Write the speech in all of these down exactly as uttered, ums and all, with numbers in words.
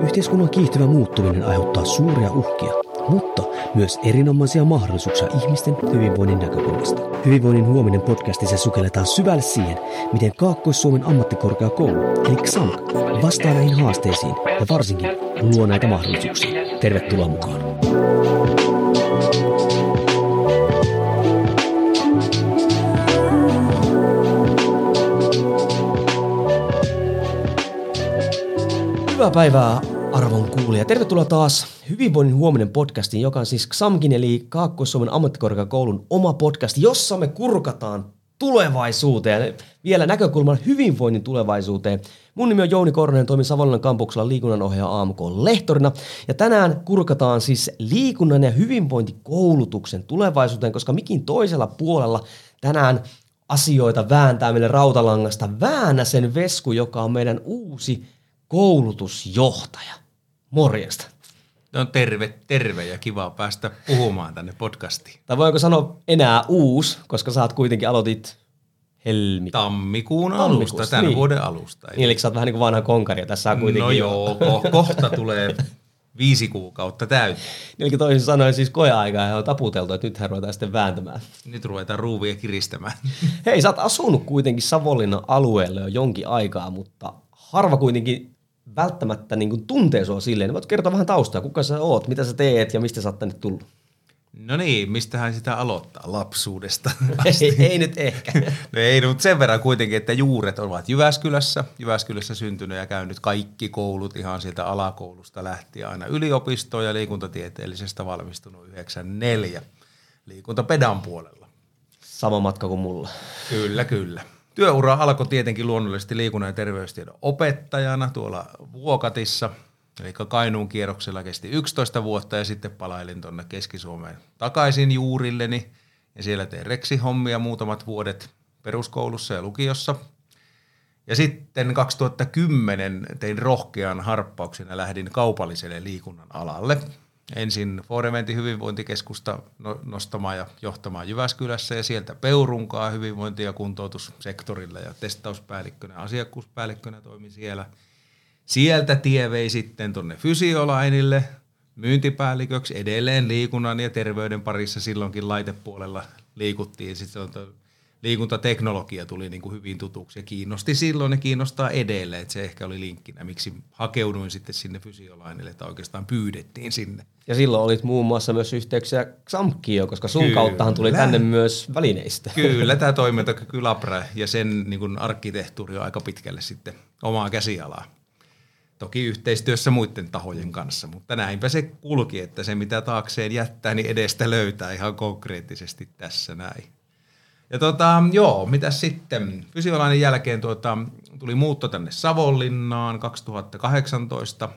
Yhteiskunnan kiihtyvä muuttuminen aiheuttaa suuria uhkia, mutta myös erinomaisia mahdollisuuksia ihmisten hyvinvoinnin näkökulmasta. Hyvinvoinnin huominen podcastissa sukelletaan syvälle siihen, miten Kaakkois-Suomen ammattikorkeakoulu, eli X A M K, vastaa näihin haasteisiin ja varsinkin luo näitä mahdollisuuksia. Tervetuloa mukaan! Hyvää päivää, arvon kuulija. Tervetuloa taas Hyvinvoinnin huominen podcastiin, joka on siis X A M Kin eli Kaakkois-Suomen ammattikorkeakoulun oma podcast, jossa me kurkataan tulevaisuuteen, vielä näkökulman hyvinvoinnin tulevaisuuteen. Mun nimi on Jouni Korhonen, toimin Savonlinnan kampuksella liikunnanohjaaja A M K-lehtorina. Ja tänään kurkataan siis liikunnan ja hyvinvointikoulutuksen tulevaisuuteen, koska mikin toisella puolella tänään asioita vääntää meille rautalangasta Väänäsen Vesku, joka on meidän uusi koulutusjohtaja. Morjesta. No terve, terve ja kiva päästä puhumaan tänne podcastiin. Tai voinko sanoa enää uusi, koska sä oot kuitenkin aloitit helmi... Tammikuun alusta, tämän niin. vuoden alusta. Niin, eli sä oot vähän niin kuin vanha konkari, ja tässä on kuitenkin... No joo, ko- kohta tulee viisi kuukautta täyteen. Eli toisin sanoen siis koeaikaa ja on taputeltu, että nyt ruvetaan sitten vääntämään. Nyt ruvetaan ruuvia kiristämään. Hei, sä oot asunut kuitenkin Savonlinnan alueella jo jonkin aikaa, mutta harva kuitenkin välttämättä niin kuin tuntee sua silleen. Voit kertoa vähän taustaa, kuka sä oot, mitä sä teet ja mistä sä oot tänne tullut? No niin, mistähän sitä aloittaa lapsuudesta? ei, ei nyt ehkä. No ei, mutta sen verran kuitenkin, että juuret ovat Jyväskylässä. Jyväskylässä syntynyt ja käynyt kaikki koulut ihan sieltä alakoulusta lähtien aina yliopistoon ja liikuntatieteellisestä valmistunut yhdeksänkymmentäneljä liikuntapedan puolella. Sama matka kuin mulla. Kyllä, kyllä. Työura alkoi tietenkin luonnollisesti liikunnan ja terveystiedon opettajana tuolla Vuokatissa, eli Kainuun kierroksella kesti yksitoista vuotta ja sitten palailin tuonne Keski-Suomeen takaisin juurilleni ja siellä tein reksihommia muutamat vuodet peruskoulussa ja lukiossa. Ja sitten kaksituhattakymmenen tein rohkean harppauksen ja lähdin kaupalliselle liikunnan alalle. Ensin Forementin hyvinvointikeskusta nostamaan ja johtamaan Jyväskylässä ja sieltä Peurunkaa hyvinvointi- ja kuntoutussektorilla ja testauspäällikkönä ja asiakkuuspäällikkönä toimin siellä. Sieltä tie vei sitten tuonne Fysiolainille myyntipäälliköksi edelleen liikunnan ja terveyden parissa silloinkin laitepuolella liikuttiin. Sitten liikuntateknologia tuli niin kuin hyvin tutuksi ja kiinnosti silloin ja kiinnostaa edelleen, että se ehkä oli linkkinä, miksi hakeuduin sitten sinne Fysiolainille, että oikeastaan pyydettiin sinne. Ja silloin olit muun muassa myös yhteyksiä X A M Kiin, koska sun Kyllä. kauttahan tuli tänne myös välineistä. Kyllä, tämä toimintakyky Labra ja sen niin kuin arkkitehtuuri on aika pitkälle sitten omaa käsialaa. Toki yhteistyössä muiden tahojen kanssa, mutta näinpä se kulki, että se mitä taakseen jättää, niin edestä löytää ihan konkreettisesti tässä näin. Ja tota, joo, mitä sitten? Fysiolainen jälkeen tuota, tuli muutto tänne Savonlinnaan kaksituhattakahdeksantoista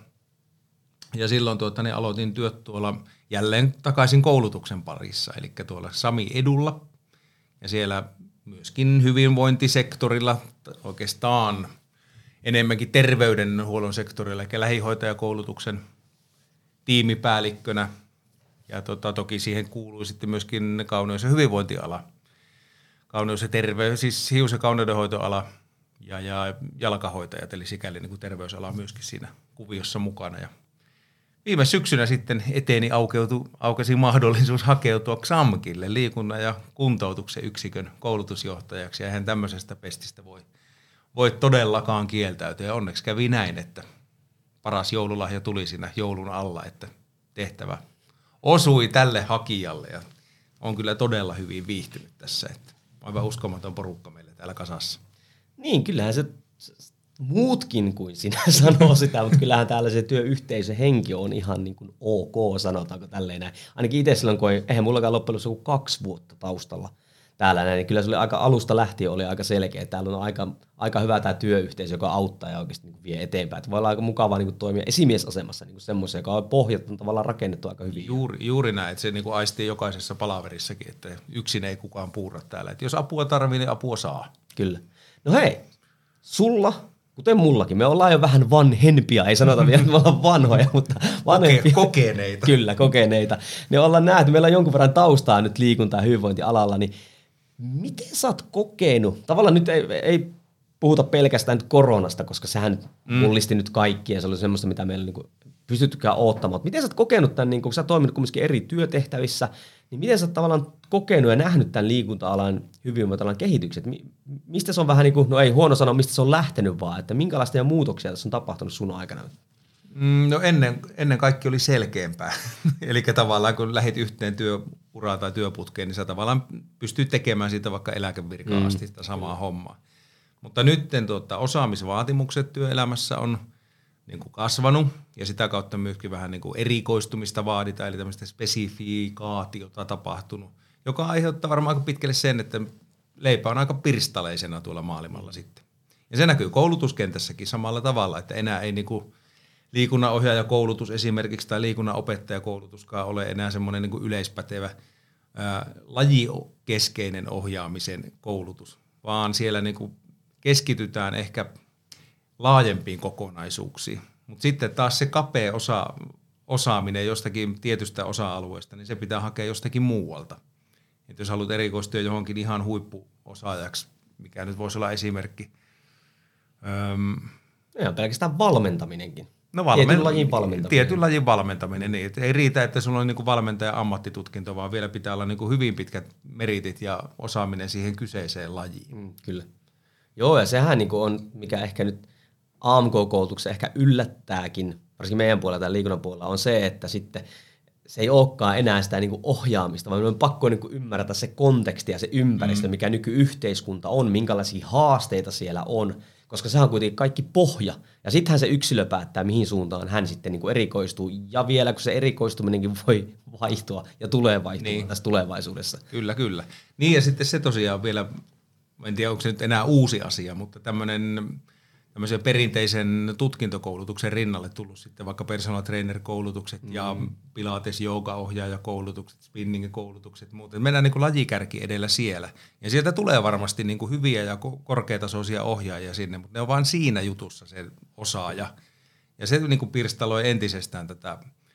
ja silloin tuota, niin aloitin työt tuolla jälleen takaisin koulutuksen parissa, eli tuolla Sami Edulla ja siellä myöskin hyvinvointisektorilla oikeastaan enemmänkin terveydenhuollon sektorilla, eli lähihoitajakoulutuksen tiimipäällikkönä ja tota, toki siihen kuului sitten myöskin kauneus- ja hyvinvointiala. Kauneus- ja terveys, siis hius- ja kauneudenhoitoala ja, ja jalkahoitajat, eli sikäli niin kuin terveysala myöskin siinä kuviossa mukana. Ja viime syksynä sitten eteeni aukeutui, aukesi mahdollisuus hakeutua X A M Kille liikunnan ja kuntoutuksen yksikön koulutusjohtajaksi, ja eihän tämmöisestä pestistä voi, voi todellakaan kieltäytyä. Ja onneksi kävi näin, että paras joululahja tuli siinä joulun alla, että tehtävä osui tälle hakijalle, ja on kyllä todella hyvin viihtynyt tässä, että aivan uskomaton porukka meille täällä kasassa. Niin, kyllähän se muutkin kuin sinä sanoo sitä, mutta kyllähän täällä se työyhteisöhenki on ihan niin kuin ok, sanotaanko tälleen näin. Ainakin itse silloin, kun ei, eihän mullakaan loppujen lopuksi joku kaksi vuotta taustalla täällä näin, niin kyllä se oli aika alusta lähtien oli aika selkeä. Täällä on aika, aika hyvä tämä työyhteisö, joka auttaa ja oikeasti niin kuin vie eteenpäin. Että voi olla aika mukavaa niin kuin toimia esimiesasemassa niin kuin semmoisen, joka on pohjat on tavallaan rakennettu aika hyvin. Juuri, juuri näin, että se niin kuin aistii jokaisessa palaverissakin, että yksin ei kukaan puura täällä. Että jos apua tarvii, niin apua saa. Kyllä. No hei, sulla, kuten mullakin, me ollaan jo vähän vanhempia, ei sanota vielä, että me ollaan vanhoja, mutta vanhempia. Kokeneita. Kyllä, kokeneita. Ne ollaan nähty, meillä on jonkun verran taustaa nyt liikunta- ja hyvinvointialalla, niin miten sä oot kokenut, tavallaan nyt ei, ei puhuta pelkästään nyt koronasta, koska sehän mm. mullisti nyt kaikki ja se oli semmoista, mitä meillä niin pystyttykään odottamaan. Miten sä oot kokenut tämän, niin kun sä oot toiminut kumminkin eri työtehtävissä, niin miten sä oot tavallaan kokenut ja nähnyt tämän liikunta-alan hyvinvointialan kehitykset? Mistä se on vähän niin kuin, no ei huono sanoa, mistä se on lähtenyt vaan, että minkälaisia muutoksia tässä on tapahtunut sun aikana? No ennen, ennen kaikki oli selkeämpää. Eli tavallaan kun lähdit yhteen työuraan tai työputkeen, niin sä tavallaan pystyy tekemään siitä vaikka eläkevirkaan mm. asti sitä samaa hommaa. Mutta nyt tuota, osaamisvaatimukset työelämässä on niin kuin kasvanut ja sitä kautta myöskin vähän niin kuin erikoistumista vaaditaan, eli tämmöistä spesifikaatiota tapahtunut, joka aiheuttaa varmaan aika pitkälle sen, että leipä on aika pirstaleisena tuolla maailmalla sitten. Ja se näkyy koulutuskentässäkin samalla tavalla, että enää ei niin kuin liikunnanohjaajakoulutus esimerkiksi tai liikunnanopettajakoulutuskaan ole enää semmoinen niin kuin yleispätevä ää, lajikeskeinen ohjaamisen koulutus, vaan siellä niin kuin keskitytään ehkä laajempiin kokonaisuuksiin. Mutta sitten taas se kapea osa, osaaminen jostakin tietystä osa-alueesta, niin se pitää hakea jostakin muualta. Et jos haluat erikoistua johonkin ihan huippuosaajaksi, mikä nyt voisi olla esimerkki. Öm, Ihan pelkästään valmentaminenkin. No valmen, tietyn lajin valmentaminen. Tietyn lajin valmentaminen. Niin, ei riitä, että sulla on niinku valmentajan ammattitutkinto, vaan vielä pitää olla niinku hyvin pitkät meritit ja osaaminen siihen kyseiseen lajiin. Mm, kyllä. Joo, ja sehän niinku on, mikä ehkä nyt A M K-koulutuksessa ehkä yllättääkin, varsinkin meidän puolella tai liikunnan puolella, on se, että sitten se ei olekaan enää sitä niinku ohjaamista, vaan on pakko niinku ymmärtää se konteksti ja se ympäristö, mm. mikä nykyyhteiskunta on, minkälaisia haasteita siellä on, koska sehän on kuitenkin kaikki pohja. Ja sittenhän se yksilö päättää, mihin suuntaan hän sitten niinku erikoistuu. Ja vielä, kun se erikoistuminenkin voi vaihtua ja tulee vaihtumaan niin. tässä tulevaisuudessa. Kyllä, kyllä. Niin ja sitten se tosiaan vielä, en tiedä onko se nyt enää uusi asia, mutta tämmöinen tämmöisen perinteisen tutkintokoulutuksen rinnalle tullut sitten vaikka personal trainer-koulutukset mm. ja pilates, joogaohjaajakoulutukset, spinning-koulutukset, muuten. Mennään niin kuin lajikärki edellä siellä. Ja sieltä tulee varmasti niin kuin hyviä ja korkeatasoisia ohjaajia sinne, mutta ne on vain siinä jutussa se osaaja. Ja se niin kuin pirstaloi entisestään tätä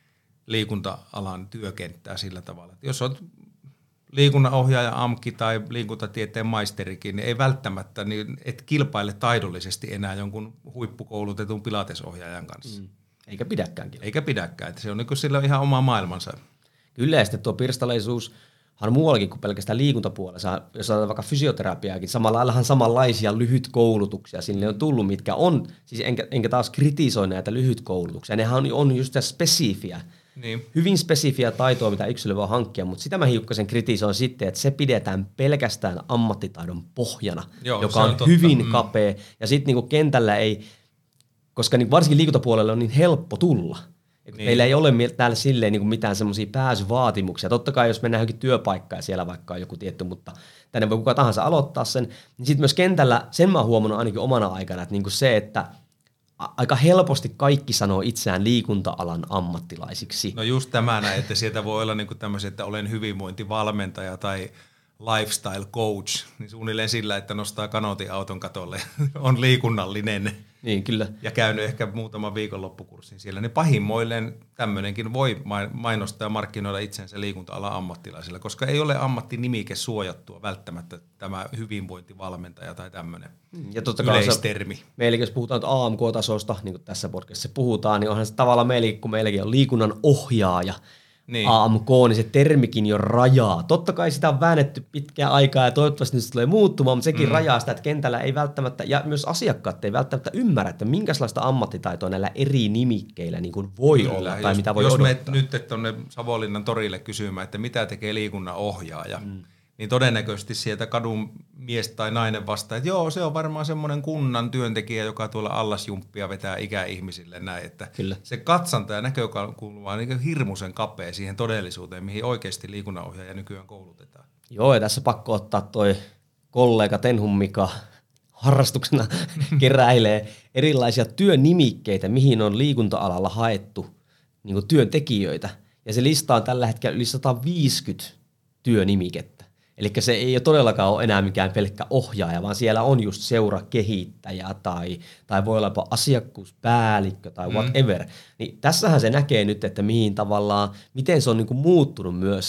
liikunta-alan työkenttää sillä tavalla, että jos olet liikunnanohjaaja, amki tai liikuntatieteen maisterikin, niin ei välttämättä, niin et kilpaile taidollisesti enää jonkun huippukoulutetun pilatesohjaajan kanssa. Mm. Eikä pidäkään. Eikä pidäkään, että se on niin kuin sillä ihan oma maailmansa. Kyllä, ja sitten tuo pirstaleisuushan muuallakin kuin pelkästään liikuntapuolella. Jos on vaikka fysioterapiaakin, samalla laillahan samanlaisia lyhytkoulutuksia sinne on tullut, mitkä on, siis enkä, enkä taas kritisoi näitä lyhytkoulutuksia, nehän on, on just spesifiä. Niin. Hyvin spesifiä taitoa, mitä yksilö voi hankkia, mutta sitä mä hiukkasen kritisoin sitten, että se pidetään pelkästään ammattitaidon pohjana, Joo, joka on, on hyvin mm. kapea. Ja sitten niinku kentällä ei, koska niinku varsinkin liikuntapuolella on niin helppo tulla. Niin. Meillä ei ole täällä silleen niinku mitään semmoisia pääsyvaatimuksia. Totta kai jos mennään johonkin työpaikkaan ja siellä vaikka on joku tietty, mutta tänne voi kuka tahansa aloittaa sen. Niin sitten myös kentällä, sen mä oon huomannut ainakin omana aikana, että niinku se, että aika helposti kaikki sanoo itseään liikunta-alan ammattilaisiksi. No just tämä näin, että sieltä voi olla niinku tämmöisiä, että olen hyvinvointivalmentaja tai lifestyle coach, niin suunnilleen sillä, että nostaa kanootin auton katolle, on liikunnallinen. Niin, kyllä. Ja käynyt ehkä muutaman viikonloppukurssin siellä, niin pahimmoilleen tämmöinenkin voi mainostaa ja markkinoida itsensä liikunta-alan ammattilaisilla, koska ei ole ammattinimike suojattua välttämättä tämä hyvinvointivalmentaja tai tämmöinen ja yleistermi. Meilläkin, jos puhutaan A M K-tasosta, niin kuin tässä podcastissa puhutaan, niin onhan se tavallaan meilläkin, kun meilläkin on liikunnan ohjaaja, niin. A M K, niin se termikin jo rajaa. Totta kai sitä on väännetty pitkään aikaa ja toivottavasti nyt se tulee muuttumaan, mutta sekin mm. rajaa sitä, että kentällä ei välttämättä, ja myös asiakkaat ei välttämättä ymmärrä, että minkälaista ammattitaitoa näillä eri nimikkeillä niin kuin voi Kyllä, olla tai jos, mitä voi jos odottaa. Jos me nyt tuonne Savonlinnan torille kysymään, että mitä tekee liikunnan ohjaaja, mm. niin todennäköisesti sieltä kadun mies tai nainen vastaa, että joo, se on varmaan semmoinen kunnan työntekijä, joka tuolla allasjumppia vetää ikäihmisille näin, että Kyllä. se katsanta ja näkökulma on niin hirmuisen kapea siihen todellisuuteen, mihin oikeasti liikunnanohjaaja nykyään koulutetaan. Joo, ja tässä pakko ottaa toi kollega Tenhun Mika harrastuksena keräilee erilaisia työnimikkeitä, mihin on liikunta-alalla haettu niin kuin työntekijöitä, ja se lista on tällä hetkellä yli sata viisikymmentä työnimikettä. Eli se ei ole todellakaan ole enää mikään pelkkä ohjaaja, vaan siellä on just seurakehittäjä tai, tai voi olla jopa asiakkuuspäällikkö tai whatever. Mm. Niin tässähän se näkee nyt, että mihin tavallaan, miten se on niin kuin muuttunut myös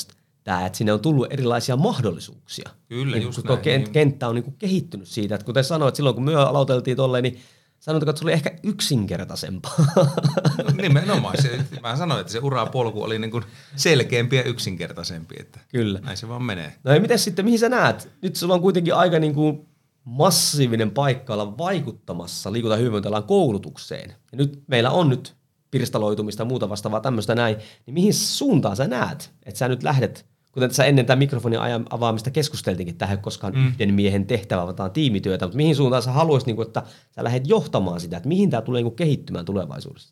riittää, että sinne on tullut erilaisia mahdollisuuksia. Kyllä, niin, just kun näin. Niin. Kenttä on niin kuin kehittynyt siitä, että kuten sanoit, silloin kun me aloiteltiin tolleen, niin sanotaanko, että se oli ehkä yksinkertaisempaa. No, nimenomaan. Se, mä sanoin, että se urapolku oli niin kuin selkeämpi ja yksinkertaisempi. Että Kyllä. Näin se vaan menee. No ja miten sitten, mihin sä näet? Nyt sulla on kuitenkin aika niin kuin massiivinen paikka olla vaikuttamassa liikunta- ja hyvinvointialan koulutukseen. Ja nyt meillä on nyt pirstaloitumista ja muuta vastaavaa tämmöistä näin. Niin mihin suuntaan sä näet, että sä nyt lähdet, kuten tässä ennen tämän mikrofonin avaamista keskusteltiinkin, tähän koskaan mm. yhden miehen tehtävä, vaan tämä on tiimityötä, mutta mihin suuntaan sä haluaisit, että sä lähdet johtamaan sitä, että mihin tämä tulee kehittymään tulevaisuudessa?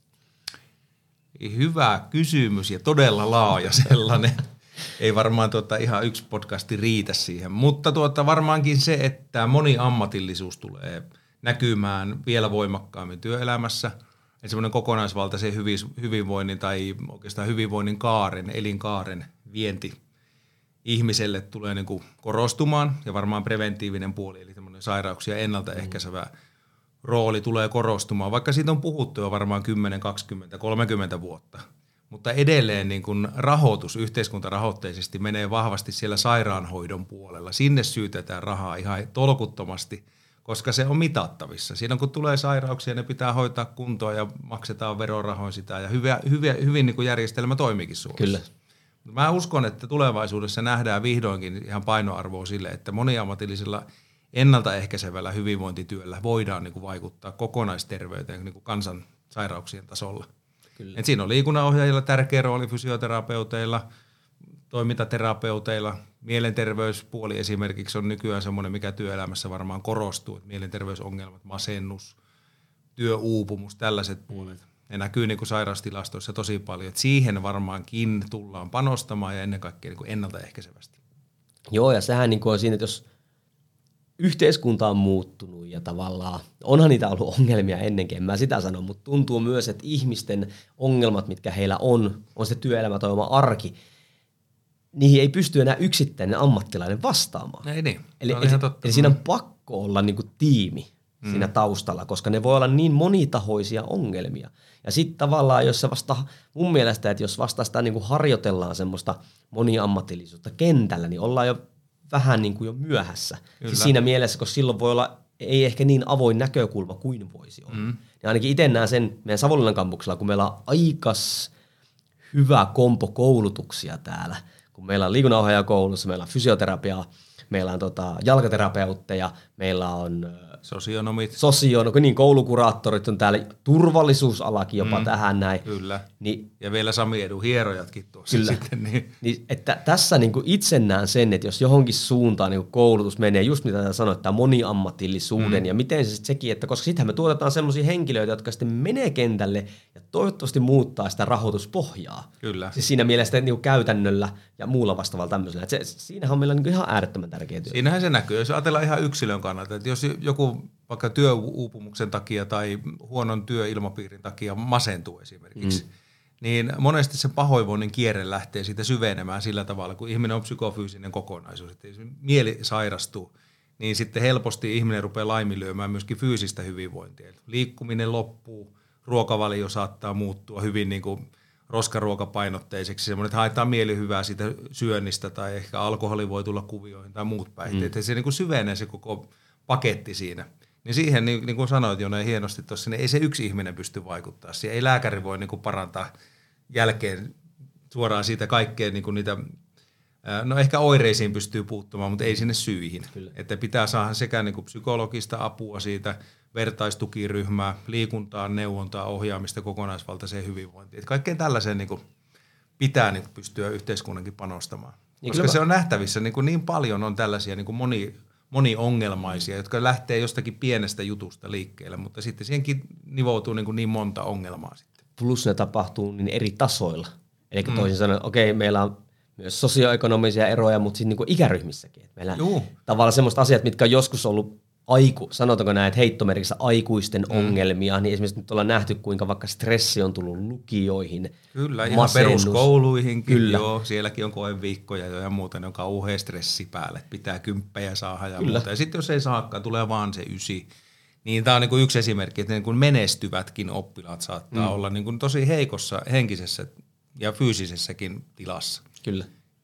Hyvä kysymys ja todella laaja sellainen. Ei varmaan tuota ihan yksi podcasti riitä siihen, mutta tuota varmaankin se, että moniammatillisuus tulee näkymään vielä voimakkaammin työelämässä. Että semmoinen kokonaisvaltaisen hyvinvoinnin tai oikeastaan hyvinvoinnin kaaren, elinkaaren vienti ihmiselle tulee niin kuin korostumaan ja varmaan preventiivinen puoli, eli semmoinen sairauksia ennaltaehkäisevä mm. rooli tulee korostumaan, vaikka siitä on puhuttu jo varmaan kymmenen, kaksikymmentä, kolmekymmentä vuotta. Mutta edelleen niin kuin rahoitus yhteiskuntarahoitteisesti menee vahvasti siellä sairaanhoidon puolella. Sinne syytetään rahaa ihan tolkuttomasti, koska se on mitattavissa. Siinä kun tulee sairauksia, ne pitää hoitaa kuntoon ja maksetaan verorahoin sitä ja hyvä, hyvä, hyvin niin kuin järjestelmä toimiikin Suomessa. Kyllä. Mä uskon, että tulevaisuudessa nähdään vihdoinkin ihan painoarvoa sille, että moniammatillisella ennaltaehkäisevällä hyvinvointityöllä voidaan niin kuin vaikuttaa kokonaisterveyteen niin kuin kansan sairauksien tasolla. Et siinä on liikunnanohjaajilla tärkeä rooli, fysioterapeuteilla, toimintaterapeuteilla. Mielenterveyspuoli esimerkiksi on nykyään semmoinen, mikä työelämässä varmaan korostuu. Et mielenterveysongelmat, masennus, työuupumus, tällaiset puolet. Ne näkyy niin kuin sairaustilastoissa tosi paljon. Et siihen varmaankin tullaan panostamaan ja ennen kaikkea niin kuin ennaltaehkäisevästi. Joo, ja sehän niin kuin on siinä, että jos yhteiskunta on muuttunut ja tavallaan, onhan niitä ollut ongelmia ennenkin, en mä sitä sano, mutta tuntuu myös, että ihmisten ongelmat, mitkä heillä on, on se työelämä tai oma arki, niihin ei pysty enää yksittäinen ammattilainen vastaamaan. Ei niin, eli, eli, eli, eli siinä on pakko olla niin kuin tiimi mm. siinä taustalla, koska ne voi olla niin monitahoisia ongelmia. Ja sitten tavallaan, jos se vasta, mun mielestä, että jos vasta sitä niin kuin harjoitellaan semmoista moniammatillisuutta kentällä, niin ollaan jo vähän niin kuin jo myöhässä. Siis siinä mielessä, koska silloin voi olla ei ehkä niin avoin näkökulma kuin voisi olla. Mm. Ja ainakin itse näen sen meidän Savonlinnan kampuksella, kun meillä on aikas hyvä kompo koulutuksia täällä. Kun meillä on liikunnanohjaajakoulussa, meillä on fysioterapiaa, meillä on tota jalkaterapeutteja, meillä on sosionomit, sosionomit, niin koulukuraattorit on täällä, turvallisuusalakin jopa mm, tähän näin. Kyllä, niin, ja vielä Sami Edun hierojatkin tuossa kyllä. sitten. Niin. Niin, että tässä niin kuin itse näen sen, että jos johonkin suuntaan niin kuin koulutus menee, just mitä sanoit, tämä moniammatillisuuden mm. ja miten se sitten sekin, että koska sittenhän me tuotetaan sellaisia henkilöitä, jotka sitten menee kentälle ja toivottavasti muuttaa sitä rahoituspohjaa. Kyllä. Siis siinä mielessä niin kuin käytännöllä ja muulla vastaavalla tämmöisellä. Että se, siinähän on meillä niin kuin ihan äärettömän tärkeä työ. Siinähän se näkyy. Jos ajatellaan ihan yksilön kannalta, että jos joku vaikka työuupumuksen takia tai huonon työilmapiirin takia masentuu esimerkiksi, mm. niin monesti se pahoinvoinnin kierre lähtee siitä syvenemään sillä tavalla, kun ihminen on psykofyysinen kokonaisuus, että mieli sairastuu, niin sitten helposti ihminen rupeaa laiminlyömään myöskin fyysistä hyvinvointia. Liikkuminen loppuu, ruokavalio saattaa muuttua hyvin niin kuin roskaruokapainotteiseksi, semmoinen, että haetaan mielihyvää siitä syönnistä tai ehkä alkoholi voi tulla kuvioihin tai muut päihteet, mm. että se niin kuin syvenee se koko paketti siinä. Niin siihen, niin, niin kuin sanoit Jone hienosti tuossa, niin ei se yksi ihminen pysty vaikuttaa. Siihen ei lääkäri voi niin kuin parantaa jälkeen suoraan siitä kaikkeen niin kuin niitä, no ehkä oireisiin pystyy puuttumaan, mutta ei sinne syihin. Kyllä. Että pitää saada sekä niin kuin psykologista apua siitä, vertaistukiryhmää, liikuntaa, neuvontaa, ohjaamista kokonaisvaltaiseen hyvinvointiin. Että kaikkeen tällaiseen niin kuin pitää niin kuin pystyä yhteiskunnankin panostamaan. Niin koska se on nähtävissä, niin, kuin niin paljon on tällaisia niin kuin moni, moniongelmaisia, jotka lähtee jostakin pienestä jutusta liikkeelle, mutta sitten siihenkin nivoutuu niin, kuin niin monta ongelmaa sitten. Plus ne tapahtuu niin eri tasoilla. Eli mm. toisin sanoen, okei, okay, meillä on myös sosioekonomisia eroja, mutta sitten niin ikäryhmissäkin. Meillä Juu. tavallaan semmoista asiat, mitkä on joskus ollut aiku, sanotaanko näin, että heittomerkissä aikuisten mm. ongelmia, niin esimerkiksi nyt ollaan nähty, kuinka vaikka stressi on tullut lukioihin. Kyllä, ihan masennus. Peruskouluihinkin, Kyllä. joo, sielläkin on koeviikkoja jo ja muuta, ne on kauhea stressi päälle, pitää kymppejä saada ja Kyllä. muuta. Ja sitten jos ei saakaan, tulee vaan se ysi. Niin tämä on niinku yksi esimerkki, että niinku menestyvätkin oppilaat saattaa mm. olla niinku tosi heikossa henkisessä ja fyysisessäkin tilassa. Kyllä.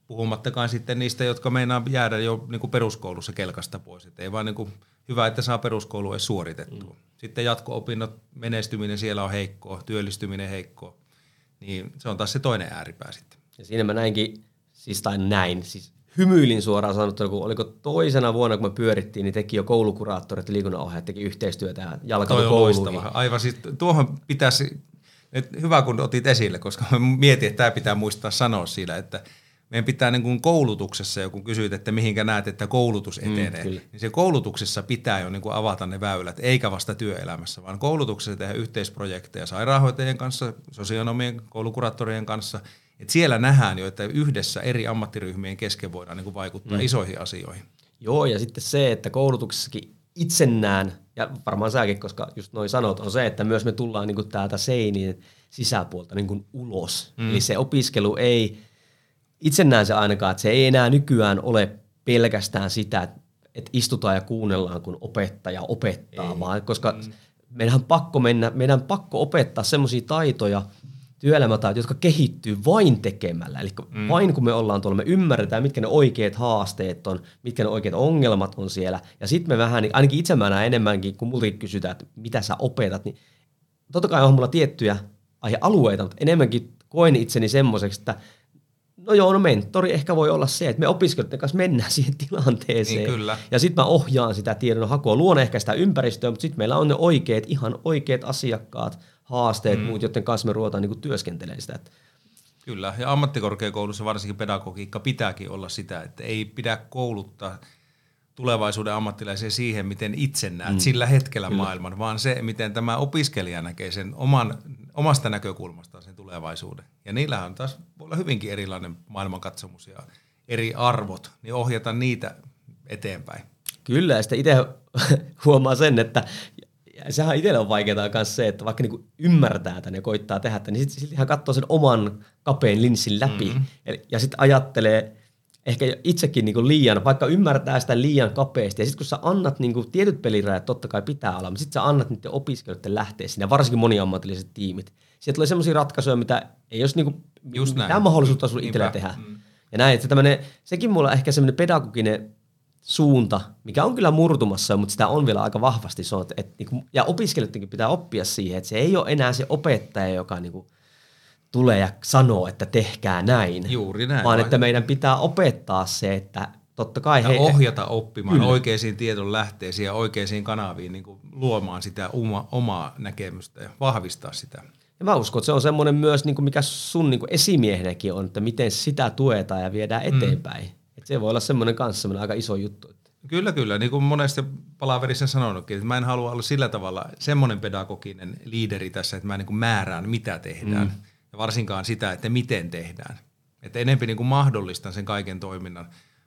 puhumattakaan sitten niistä, jotka meinaa jäädä jo niin kuin peruskoulussa kelkasta pois. Et ei vaan niin kuin hyvä, että saa peruskoulu edes suoritettua. Mm. Sitten jatko-opinnot, menestyminen siellä on heikkoa, työllistyminen heikkoa. Niin se on taas se toinen ääripää sitten. Ja siinä mä näinkin, siis tai näin, siis hymyilin suoraan sanottuna, kun oliko toisena vuonna, kun me pyörittiin, niin teki jo koulukuraattorit ja liikunnanohjaajat teki yhteistyötä ja jalkautu kouluihin. Aivan siis tuohon pitäisi, nyt hyvä kun otit esille, koska mä mietin, että tämä pitää muistaa sanoa siinä, että meidän pitää niin kuin koulutuksessa, ja kun kysyit, että mihinkä näet, että koulutus etenee, mm, niin se koulutuksessa pitää jo niin kuin avata ne väylät, eikä vasta työelämässä, vaan koulutuksessa tehdä yhteisprojekteja sairaanhoitajien kanssa, sosionomien, koulukuraattorien kanssa, että siellä nähdään jo, että yhdessä eri ammattiryhmien kesken voidaan niin kuin vaikuttaa mm. isoihin asioihin. Joo, ja sitten se, että koulutuksessakin itse näen, ja varmaan säkin, koska just noin sanot, on se, että myös me tullaan niin kuin täältä seinien sisäpuolta niin kuin ulos. Mm. Eli se opiskelu ei, itse näen se ainakaan, että se ei enää nykyään ole pelkästään sitä, että istutaan ja kuunnellaan, kun opettaja opettaa, ei. vaan koska mm. meidän on pakko mennä, meidän on pakko opettaa semmoisia taitoja, työelämätaitoja, jotka kehittyy vain tekemällä. Eli mm. vain kun me ollaan tuolla, me ymmärretään, mitkä ne oikeat haasteet on, mitkä ne oikeat ongelmat on siellä. Ja sitten me vähän, ainakin itse mä näen enemmänkin, kun multakin kysytään, että mitä sä opetat, niin totta kai on mulla tiettyjä aihealueita, mutta enemmänkin koen itseni semmoiseksi, että no joo, no mentori ehkä voi olla se, että me opiskelijoiden kanssa mennään siihen tilanteeseen. Niin kyllä. Ja sitten mä ohjaan sitä tiedon hakua, luon ehkä sitä ympäristöä, mutta sitten meillä on ne oikeat, ihan oikeat asiakkaat, haasteet, mm. muut, joiden kanssa me ruvetaan niin työskentelemään sitä. Kyllä, ja ammattikorkeakoulussa varsinkin pedagogiikka pitääkin olla sitä, että ei pidä kouluttaa tulevaisuuden ammattilaisia siihen, miten itse näet mm. sillä hetkellä Kyllä. maailman, vaan se, miten tämä opiskelija näkee sen oman, omasta näkökulmastaan sen tulevaisuuden. Ja niillähän on taas voi olla hyvinkin erilainen maailmankatsomus ja eri arvot, niin ohjata niitä eteenpäin. Kyllä, ja sitten itse huomaa sen, että sehän itselle on vaikeaa myös se, että vaikka niinku ymmärtää tämän ja koittaa tehdä tämän, niin sitten sit ihan katsoo sen oman kapean linssin läpi mm-hmm. ja sitten ajattelee ehkä itsekin niinku liian, vaikka ymmärtää sitä liian kapeasti. Ja sitten kun sä annat niinku tietyt pelirajat, totta kai pitää olla, mutta sitten sä annat niiden opiskelijoiden lähteä sinne, varsinkin moniammatilliset tiimit. Sieltä tulee semmoisia ratkaisuja, mitä ei olisi niinku mitään mahdollisuutta sulle itsellä tehdä. Mm. Ja näin, että tämmönen, sekin mulla ehkä semmoinen pedagoginen suunta, mikä on kyllä murtumassa, mutta sitä on vielä aika vahvasti. Se on, että, että, ja opiskelijoidenkin pitää oppia siihen, että se ei ole enää se opettaja, joka niinku tulee ja sanoo, että tehkää näin. Juuri näin. Vaan että meidän pitää opettaa se, että totta kai... He, ohjata oppimaan kyllä. oikeisiin tiedon lähteisiin ja oikeisiin kanaviin niin kuin luomaan sitä oma, omaa näkemystä ja vahvistaa sitä. Ja mä uskon, että se on semmoinen myös, niin kuin mikä sun niin kuin esimiehenäkin on, että miten sitä tuetaan ja viedään eteenpäin. Mm. Että se voi olla semmoinen kanssa semmoinen aika iso juttu. Kyllä, kyllä. Niin kuin monesti palaverissa sanonutkin, että mä en halua olla sillä tavalla semmoinen pedagoginen liideri tässä, että mä niin kuin määrään, mitä tehdään. Mm. Ja varsinkaan sitä, että miten tehdään. Että enemmän niin kuin mahdollistan sen kaiken toiminnan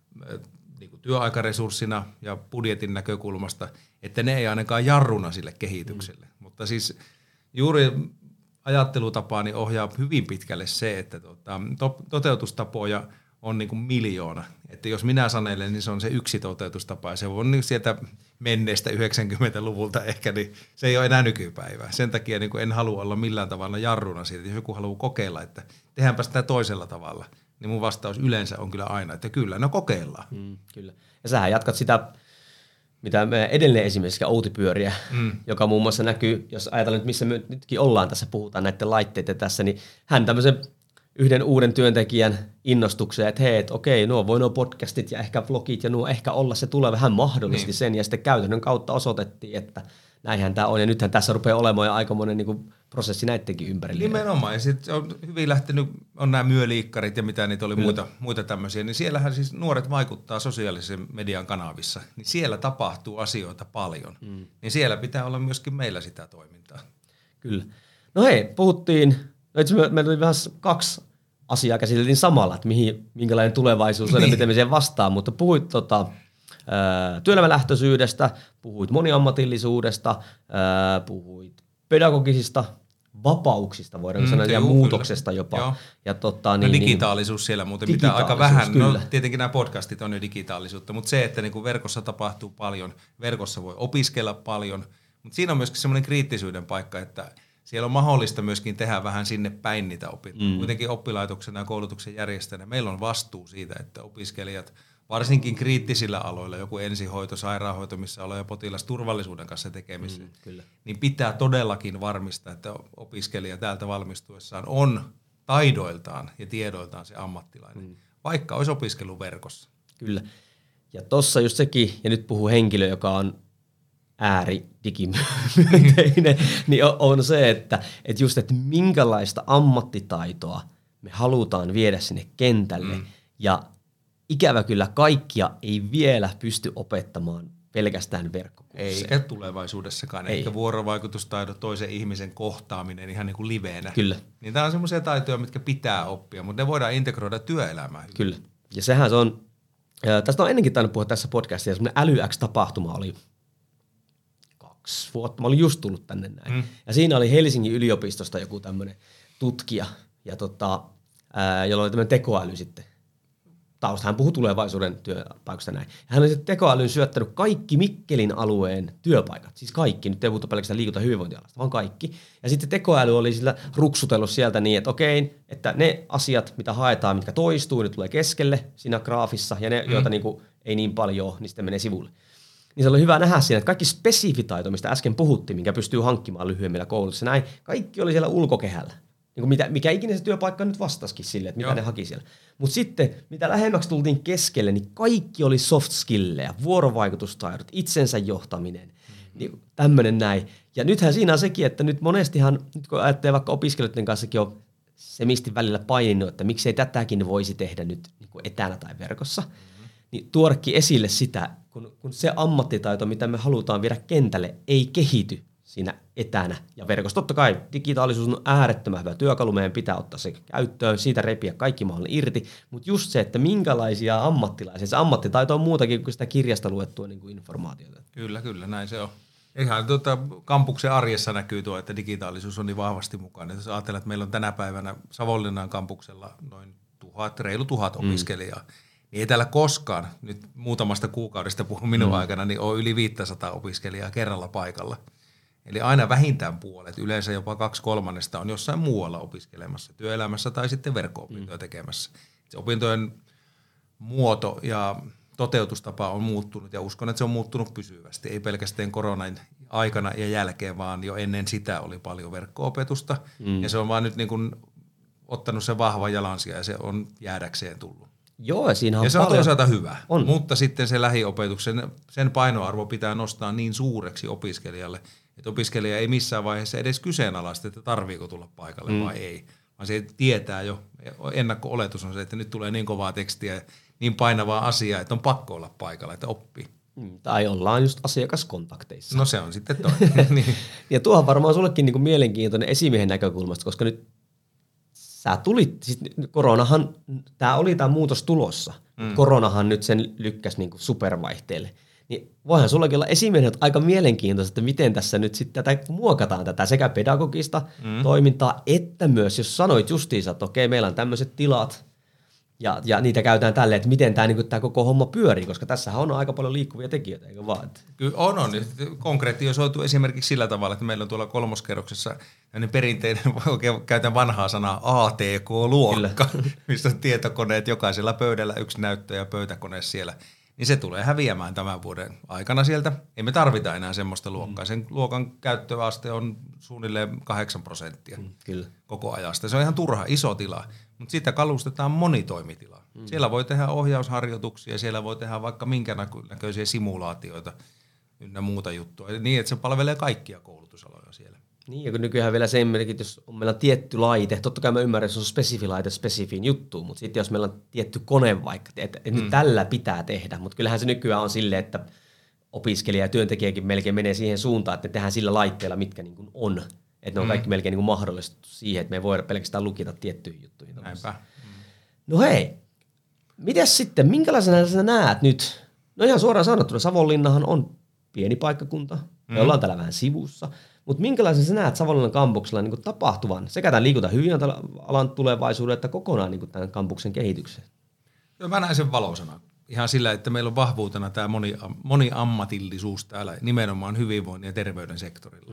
niin kuin työaikaresurssina ja budjetin näkökulmasta, että ne ei ainakaan jarruna sille kehitykselle. Mm. Mutta siis juuri ajattelutapaani ohjaa hyvin pitkälle se, että tota, to, toteutustapoja on niin kuin miljoona. Että jos minä sanelen, niin se on se yksi toteutustapa. Ja se on niin sieltä menneestä yhdeksänkymmentäluvulta ehkä, niin se ei ole enää nykypäivää. Sen takia niin kuin en halua olla millään tavalla jarruna siitä. Jos joku haluaa kokeilla, että tehdäänpä sitä toisella tavalla, niin mun vastaus yleensä on kyllä aina, että kyllä, no kokeillaan. Mm, kyllä. Ja sähän jatkat sitä, mitä me edellinen esimerkiksi Outipyöriä, mm. joka muun muassa näkyy, jos ajatellaan nyt missä me nytkin ollaan tässä, puhutaan näiden laitteiden tässä, niin hän tämmöisen yhden uuden työntekijän innostukseen, että hei, että okei, nuo voi nuo podcastit ja ehkä vlogit ja nuo ehkä olla se tulee vähän mahdollisesti niin. sen, ja sitten käytännön kautta osoitettiin, että näinhän tämä on, ja nythän tässä rupeaa olemaan jo aikamoinen niin kuin prosessi näidenkin ympärillä. Nimenomaan, ja sitten on hyvin lähtenyt, on nämä myöliikkarit ja mitä niitä oli muita, muita tämmöisiä, niin siellähän siis nuoret vaikuttaa sosiaalisen median kanavissa, niin siellä tapahtuu asioita paljon, mm. niin siellä pitää olla myöskin meillä sitä toimintaa. Kyllä. No hei, puhuttiin, no itse asiassa meillä oli vähän kaksi asiaa käsiteltiin samalla, että mihin, minkälainen tulevaisuus on ja miten me siihen vastaan, mutta puhuit tota, työelämälähtöisyydestä, puhuit moniammatillisuudesta, ää, puhuit pedagogisista vapauksista, voidaan mm, sanoa, ja muutoksesta kyllä. jopa. Ja tota, niin, no digitaalisuus niin, siellä muuten, mitä aika vähän, no, tietenkin nämä podcastit on jo digitaalisuutta, mutta se, että niin kuin verkossa tapahtuu paljon, verkossa voi opiskella paljon, mutta siinä on myöskin semmoinen kriittisyyden paikka, että siellä on mahdollista myöskin tehdä vähän sinne päin niitä opintoja. Mm. Kuitenkin oppilaitoksena ja koulutuksen järjestäjänä meillä on vastuu siitä, että opiskelijat, varsinkin kriittisillä aloilla, joku ensihoito, sairaanhoito, missä ollaan jo potilasturvallisuuden kanssa tekemisissä, Mm, kyllä. niin pitää todellakin varmistaa, että opiskelija täältä valmistuessaan on taidoiltaan ja tiedoiltaan se ammattilainen, mm. vaikka olisi opiskeluverkossa. Kyllä. Ja tossa just sekin, ja nyt puhuu henkilö, joka on ääri digimyönteinen, niin on, on se, että, että just, että minkälaista ammattitaitoa me halutaan viedä sinne kentälle. Mm. Ja ikävä kyllä kaikkia ei vielä pysty opettamaan pelkästään verkkokursseja. Eikä tulevaisuudessakaan. Ei. Eikä vuorovaikutustaidot, toisen ihmisen kohtaaminen ihan niin kuin liveenä. Kyllä. Niin tämä on semmoisia taitoja, mitkä pitää oppia, mutta ne voidaan integroida työelämään. Kyllä. Ja sehän se on, ja tästä on ennenkin tainnut puhua tässä podcastissa, semmoinen älyX-tapahtuma oli kaksi vuotta. Mä olin just tullut tänne näin. Mm. Ja siinä oli Helsingin yliopistosta joku tämmöinen tutkija, ja tota, ää, jolla oli tämmöinen tekoäly sitten tausta. Hän puhui tulevaisuuden työpaikoista näin. Hän oli sitten tekoälyyn syöttänyt kaikki Mikkelin alueen työpaikat. Siis kaikki. Nyt ei puhuta pelkästään liikunta- ja hyvinvointialasta, vaan kaikki. Ja sitten tekoäly oli sillä ruksutellut sieltä niin, että okei, että ne asiat, mitä haetaan, mitkä toistuu, ne tulee keskelle siinä graafissa, ja ne, mm. joita niin kuin ei niin paljon ole, niin sitten menee sivulle. Niin se oli hyvä nähdä siinä, että kaikki spesifitaito, mistä äsken puhuttiin, minkä pystyy hankkimaan lyhyemmillä koulutuksissa, näin, kaikki oli siellä ulkokehällä. Niin kuin mitä, mikä ikinä se työpaikka nyt vastasikin sille, että mitä Joo. ne haki siellä. Mutta sitten, mitä lähemmäksi tultiin keskelle, niin kaikki oli soft skilleja, vuorovaikutustaidot, itsensä johtaminen, mm-hmm. niin tämmöinen näin. Ja nythän siinä on sekin, että nyt monestihan, nyt kun ajattelee vaikka opiskelijoiden kanssakin on semisti välillä paininut, että miksei tätäkin voisi tehdä nyt niin kuin etänä tai verkossa, mm-hmm. niin tuodakin esille sitä, kun, kun se ammattitaito, mitä me halutaan viedä kentälle, ei kehity siinä etänä ja verkossa. Totta kai digitaalisuus on äärettömän hyvä työkalu, meidän pitää ottaa se käyttöön, siitä repiä kaikki mahdollinen irti, mutta just se, että minkälaisia ammattilaisia, se ammattitaito on muutakin kuin sitä kirjasta luettua niin kuin informaatiota. Kyllä, kyllä, näin se on. Ihan tuota, kampuksen arjessa näkyy tuo, että digitaalisuus on niin vahvasti mukana. Jos ajatellaan, että meillä on tänä päivänä Savonlinnan kampuksella noin tuhat, reilu tuhat mm. opiskelijaa, niin ei täällä koskaan, nyt muutamasta kuukaudesta puhun minun mm. aikana, niin on yli viisisataa opiskelijaa kerralla paikalla. Eli aina vähintään puolet, yleensä jopa kaksi kolmannesta on jossain muualla opiskelemassa, työelämässä tai sitten verkko-opintoja tekemässä. Se opintojen muoto ja toteutustapa on muuttunut ja uskon, että se on muuttunut pysyvästi. Ei pelkästään koronan aikana ja jälkeen, vaan jo ennen sitä oli paljon verkko-opetusta. Mm. Ja se on vaan nyt niin kuin ottanut sen vahvan jalansija ja se on jäädäkseen tullut. Joo, ja siinä on ja se on paljon toisaalta hyvä, on. Mutta sitten se lähiopetuksen, sen painoarvo pitää nostaa niin suureksi opiskelijalle, että opiskelija ei missään vaiheessa edes kyseenalaista, että tarviiko tulla paikalle mm. vai ei. Vaan se tietää jo, ennakko-oletus on se, että nyt tulee niin kovaa tekstiä, niin painavaa asiaa, että on pakko olla paikalla, että oppii. Mm, tai ollaan just asiakaskontakteissa. No se on sitten toinen. niin. Ja tuohon varmaan sullekin niin kuin mielenkiintoinen esimiehen näkökulmasta, koska nyt sä tulit, siis koronahan, tämä oli tämä muutos tulossa, mm. koronahan nyt sen lykkäsi niin kuin supervaihteelle. Niin voihan sullakin olla esimiehet aika mielenkiintoista, että miten tässä nyt sitten tätä muokataan tätä sekä pedagogista mm. toimintaa, että myös, jos sanoit justiinsa, että okei, meillä on tämmöiset tilat, ja, ja niitä käytetään tälleen, että miten tämä, niin tämä koko homma pyörii, koska tässähän on aika paljon liikkuvia tekijöitä, eikö vaan? Kyllä on, on. Konkretisoitu esimerkiksi sillä tavalla, että meillä on tuolla kolmoskerroksessa perinteinen, oikein käytän vanhaa sanaa, A T K-luokka, missä on tietokoneet jokaisella pöydällä, yksi näyttö ja pöytäkone siellä. Niin se tulee häviämään tämän vuoden aikana sieltä. Ei me tarvita enää semmoista luokkaa. Sen luokan käyttöaste on suunnilleen kahdeksan prosenttia mm, kyllä. koko ajasta. Se on ihan turha, iso tila, mutta siitä kalustetaan monitoimitilaa. Mm. Siellä voi tehdä ohjausharjoituksia, siellä voi tehdä vaikka minkä näköisiä simulaatioita ynnä muuta juttua. Niin, että se palvelee kaikkia koulutusaloja siellä. Niin, ja kun nykyään vielä se, että jos on meillä tietty laite, totta kai mä ymmärrän, että se on spesifi laite spesifiin juttuun, mutta sitten jos meillä on tietty kone vaikka, että, että mm. nyt tällä pitää tehdä, mutta kyllähän se nykyään on silleen, että opiskelija ja työntekijäkin melkein menee siihen suuntaan, että ne tehdään sillä laitteella, mitkä niin kuin on. Että ne on mm. kaikki melkein niin kuin mahdollistettu siihen, että me ei voida pelkästään lukita tiettyihin juttuihin. Näinpä. Mm. No hei, mitäs sitten, minkälaisena sä näet nyt? No ihan suoraan sanottuna, Savonlinnahan on pieni paikkakunta, me mm. ollaan täällä vähän sivussa. Mutta minkälaisen sä näet Savonlinnan kampuksella niin kuin tapahtuvan sekä tämän liikunta- ja hyvinvointialan tulevaisuuden että kokonaan niin kuin tämän kampuksen kehityksen? Joo, mä näen sen valoisana. Ihan sillä, että meillä on vahvuutena tämä moni, moniammatillisuus täällä nimenomaan hyvinvoinnin ja terveyden sektorilla. Mm.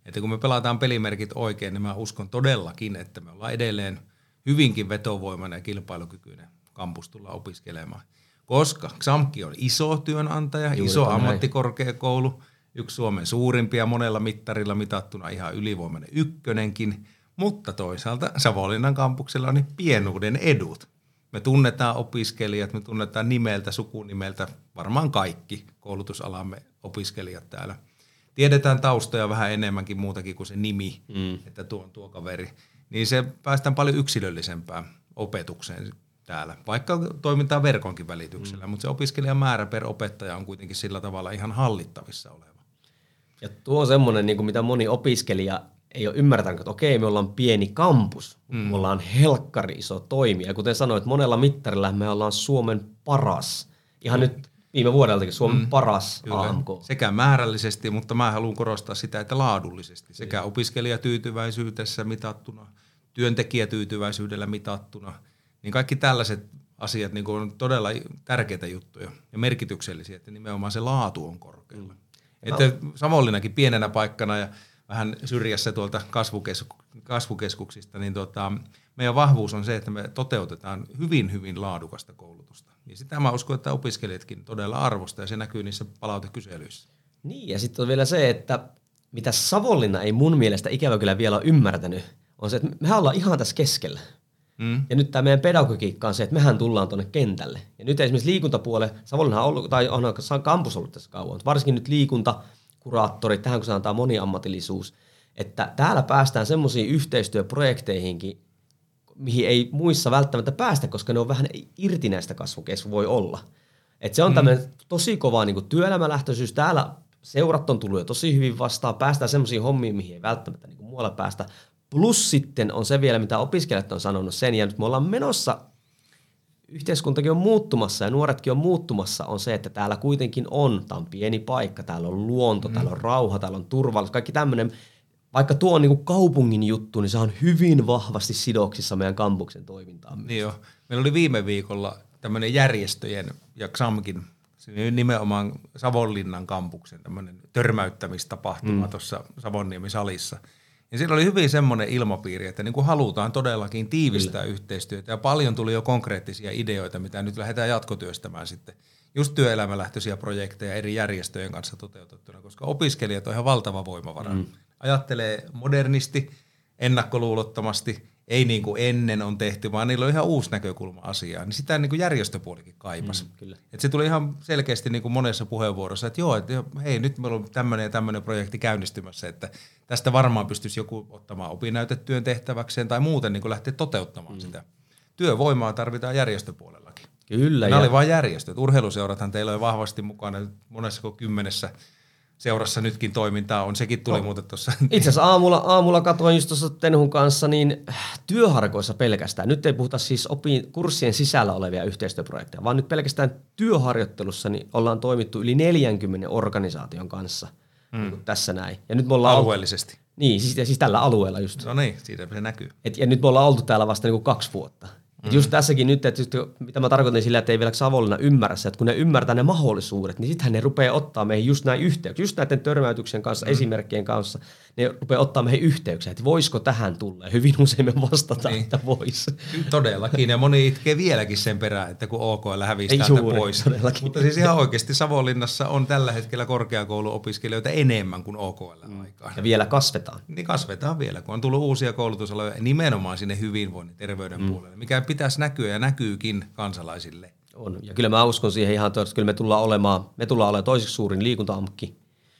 Että kun me pelataan pelimerkit oikein, niin mä uskon todellakin, että me ollaan edelleen hyvinkin vetovoimainen ja kilpailukykyinen kampus tulla opiskelemaan. Koska XAMKki on iso työnantaja, Juuri iso ammattikorkeakoulu, yksi Suomen suurimpia monella mittarilla mitattuna ihan ylivoimainen ykkönenkin, mutta toisaalta Savonlinnan kampuksella on ne pienuuden edut. Me tunnetaan opiskelijat, me tunnetaan nimeltä, sukunimeltä, varmaan kaikki koulutusalamme opiskelijat täällä. Tiedetään taustoja vähän enemmänkin muutakin kuin se nimi, mm. että tuo on tuo kaveri. Niin se päästään paljon yksilöllisempään opetukseen täällä, vaikka toimintaa verkonkin välityksellä, mm. mutta se opiskelijamäärä per opettaja on kuitenkin sillä tavalla ihan hallittavissa oleva. Ja tuo on semmoinen, niin kuin mitä moni opiskelija ei ole ymmärtänyt, että okei, me ollaan pieni kampus, mm. me ollaan helkkari iso toimija. Ja kuten sanoit, monella mittarilla me ollaan Suomen paras. Ihan mm. nyt viime vuodeltakin Suomen mm. paras Kyllä. A M K. Sekä määrällisesti, mutta mä haluan korostaa sitä, että laadullisesti. Sekä mm. opiskelijatyytyväisyydessä mitattuna, työntekijätyytyväisyydellä mitattuna. Niin kaikki tällaiset asiat niin kuin on todella tärkeitä juttuja ja merkityksellisiä, että nimenomaan se laatu on korkealla. Mm. Että Savonlinnakin pienenä paikkana ja vähän syrjässä tuolta kasvukesku- kasvukeskuksista, niin tota, meidän vahvuus on se, että me toteutetaan hyvin, hyvin laadukasta koulutusta. Ja sitä mä uskon, että opiskelijatkin todella arvostaa ja se näkyy niissä palautekyselyissä. Niin, ja sitten on vielä se, että mitä Savonlinna ei mun mielestä ikävä kyllä vielä ole ymmärtänyt, on se, että mehän ollaan ihan tässä keskellä. Mm. Ja nyt tämä meidän pedagogiikka on se, että mehän tullaan tuonne kentälle. Ja nyt esimerkiksi liikuntapuolelle, Savonlinna on ollut, tai on kampus ollut tässä kauan, varsinkin nyt liikuntakuraattorit, tähän kun sanotaan moniammatillisuus, että täällä päästään semmoisiin yhteistyöprojekteihinkin, mihin ei muissa välttämättä päästä, koska ne on vähän irti näistä kasvukeskuksista voi olla. Että se on mm. tämmöinen tosi kova niin kuin työelämälähtöisyys. Täällä seurat on tullut jo tosi hyvin vastaan, päästään semmoisiin hommiin, mihin ei välttämättä niin kuin muualla päästä. Plus sitten on se vielä, mitä opiskelijat on sanonut sen, ja nyt me ollaan menossa, yhteiskuntakin on muuttumassa ja nuoretkin on muuttumassa, on se, että täällä kuitenkin on, tämä on pieni paikka, täällä on luonto, mm. täällä on rauha, täällä on turvallisuus, kaikki tämmöinen. Vaikka tuo on niin kuin kaupungin juttu, niin se on hyvin vahvasti sidoksissa meidän kampuksen toimintaan. Niin jo. Meillä oli viime viikolla tämmöinen järjestöjen ja XAMKin, nimenomaan Savonlinnan kampuksen tämmöinen törmäyttämistapahtuma mm. tuossa Savonniemi-salissa. Ja siellä oli hyvin semmoinen ilmapiiri, että niin kuin halutaan todellakin tiivistää Kyllä. yhteistyötä ja paljon tuli jo konkreettisia ideoita, mitä nyt lähdetään jatkotyöstämään sitten. Just työelämälähtöisiä projekteja eri järjestöjen kanssa toteutettuna, koska opiskelijat on ihan valtava voimavara. Mm. Ajattelee modernisti, ennakkoluulottomasti, ei niin kuin ennen on tehty, vaan niillä on ihan uusi näkökulma asiaan. Niin sitä niin kuin järjestöpuolikin kaipasi. Mm, et se tuli ihan selkeästi niin kuin monessa puheenvuorossa, että joo, että hei, nyt meillä on tämmöinen ja tämmöinen projekti käynnistymässä, että tästä varmaan pystyisi joku ottamaan opinnäytetyön tehtäväkseen tai muuten niin kuin lähteä toteuttamaan mm. sitä. Työvoimaa tarvitaan järjestöpuolellakin. Kyllä. Nämä ja... oli vain järjestöt. Urheiluseurathan teillä on vahvasti mukana monessa kuin kymmenessä seurassa nytkin toimintaa on, sekin tuli no. muuten tuossa. Itse asiassa aamulla, aamulla katsoin just tuossa Tenhun kanssa, niin työharkoissa pelkästään. Nyt ei puhuta siis opi- kurssien sisällä olevia yhteistyöprojekteja, vaan nyt pelkästään työharjoittelussa niin ollaan toimittu yli neljänkymmenen organisaation kanssa mm. niin tässä näin. Ja nyt me ollaan alueellisesti. Oltu, niin, siis, siis tällä alueella just. No niin, siitä se näkyy. Et, ja nyt me ollaan oltu täällä vasta niin kuin kaksi vuotta. Mm-hmm. Just tässäkin nyt, että just, mitä mä tarkoitan sillä, että ei vielä Savonlinna ymmärrä se, että kun ne ymmärtää ne mahdollisuudet, niin sittenhän ne rupeaa ottaa meihin just näin yhteyksiä, just näiden törmäytyksen kanssa, mm-hmm. esimerkkien kanssa, ne rupeaa ottaa meihin yhteyksiä, että voisiko tähän tulla. Ja hyvin usein me vastataan, niin. että vois. Todellakin, ja moni itkee vieläkin sen perään, että kun O K L hävisi täältä pois. Todellakin. Mutta siis ihan oikeasti Savonlinnassa on tällä hetkellä korkeakouluopiskelijoita enemmän kuin O K L-aikaan. Ja vielä kasvetaan. Niin kasvetaan vielä, kun on tullut uusia koulutusaloja nimenomaan sinne hyvinvoinnin, terveyden mm. puolelle, mikä pitäisi näkyä ja näkyykin kansalaisille. On. Ja kyllä mä uskon siihen ihan, että kyllä me tullaan olemaan, me tullaan olemaan toiseksi suurin liikunta-amkki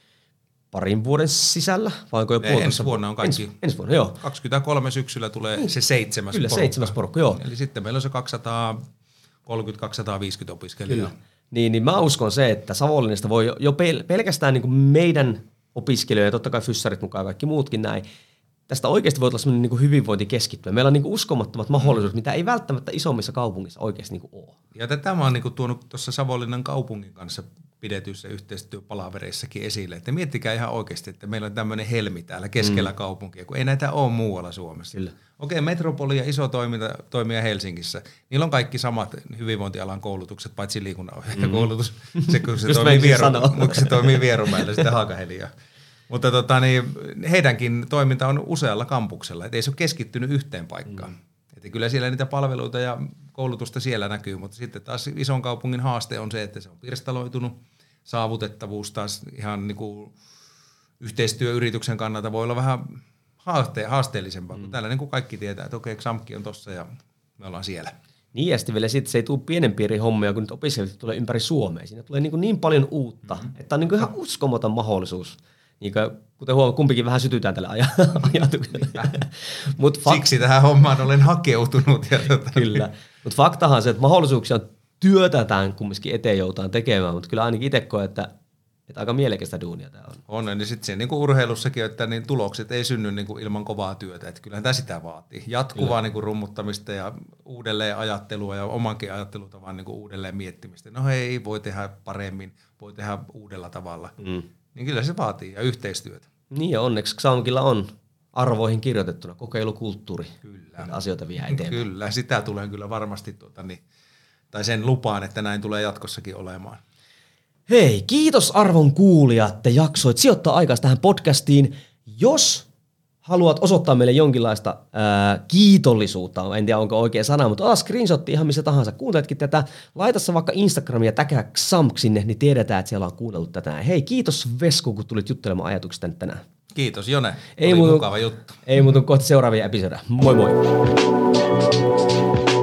parin vuoden sisällä. Vai onko jo puolitoista? Ensi vuonna on kaikki. Ensi, ensi vuonna, joo. kaksikymmentäkolme syksyllä tulee niin. se seitsemäs kyllä, porukka. seitsemäs porukka, joo. Eli sitten meillä on se kaksisataakolmekymmentä kaksisataaviisikymmentä opiskelijaa. Kyllä. Niin, niin mä uskon se, että Savonlinnasta voi jo pel- pelkästään niin kuin meidän opiskelijoita, totta kai fyssarit mukaan kaikki muutkin näin, tästä oikeasti voi olla sellainen niin kuin hyvinvointikeskittyä. Meillä on niin kuin uskomattomat mahdollisuudet, mitä ei välttämättä isommissa kaupungissa oikeasti niin kuin ole. Ja tätä mä oon niin kuin tuonut tuossa Savonlinnan kaupungin kanssa pidetyissä yhteistyöpalavereissakin esille. Että miettikää ihan oikeasti, että meillä on tämmöinen helmi täällä keskellä mm. kaupunkia, kun ei näitä ole muualla Suomessa. Kyllä. Okei, metropoli ja iso toiminta, toimija Helsingissä, niillä on kaikki samat hyvinvointialan koulutukset, paitsi liikunnanohjaajakoulutus. Mm. Se, kun se, toimii, vieru, se toimii Vierumäellä, sitten Haakaheliaa. Mutta tota, niin, heidänkin toiminta on usealla kampuksella, et ei se ole keskittynyt yhteen paikkaan. Mm. Et kyllä siellä niitä palveluita ja koulutusta siellä näkyy, mutta sitten taas ison kaupungin haaste on se, että se on pirstaloitunut. Saavutettavuus taas ihan niin kuin yhteistyöyrityksen kannalta voi olla vähän haaste- haasteellisempaa, mm. kun täällä niin kuin kaikki tietää, että okei, Xamki on tossa ja me ollaan siellä. Niin ja sitten vielä sit se ei tule pienen piirin hommia, kun nyt opiskelijat tulee ympäri Suomea. Siinä tulee niin, niin paljon uutta, mm-hmm. että on niin ihan uskomaton mahdollisuus. Niin kuin, kuten huomaa, kumpikin vähän sytytään tällä aj- ajatuksella. Mut fak- Siksi tähän hommaan olen hakeutunut. Ja tota. Kyllä, mutta faktahan se, että mahdollisuuksia työtätään kumminkin eteen joutaan tekemään, mutta kyllä ainakin itse koen, että, että aika mielekästä duunia tämä on. On, niin sitten niin urheilussakin, että niin tulokset ei synny niin kuin ilman kovaa työtä, että kyllähän tämä sitä vaatii. Jatkuvaa niin kuin rummuttamista ja uudelleen ajattelua ja omankin ajattelutavan niin kuin uudelleen miettimistä. No hei, voi tehdä paremmin, voi tehdä uudella tavalla. Mm. Niin kyllä se vaatii ja yhteistyötä. Niin ja onneksi Xamkilla on arvoihin kirjoitettuna kokeilukulttuuri. Kyllä. Asioita vie eteenpäin. Kyllä, sitä tulee kyllä varmasti, tuota, niin, tai sen lupaan, että näin tulee jatkossakin olemaan. Hei, kiitos arvon kuulija, että jaksoit sijoittaa aikaa tähän podcastiin. Jos haluat osoittaa meille jonkinlaista ää, kiitollisuutta, en tiedä onko oikea sana, mutta ota screenshotti ihan missä tahansa. Kuunteletkin tätä, laita se vaikka Instagramia, täkää Xamk sinne, niin tiedetään, että siellä on kuunnellut tätä. Hei, kiitos Vesku, kun tulit juttelemaan ajatuksista tänään. Kiitos Jone, ei oli muutu, mukava juttu. Ei muutu kohti seuraavia episodeja. Moi moi!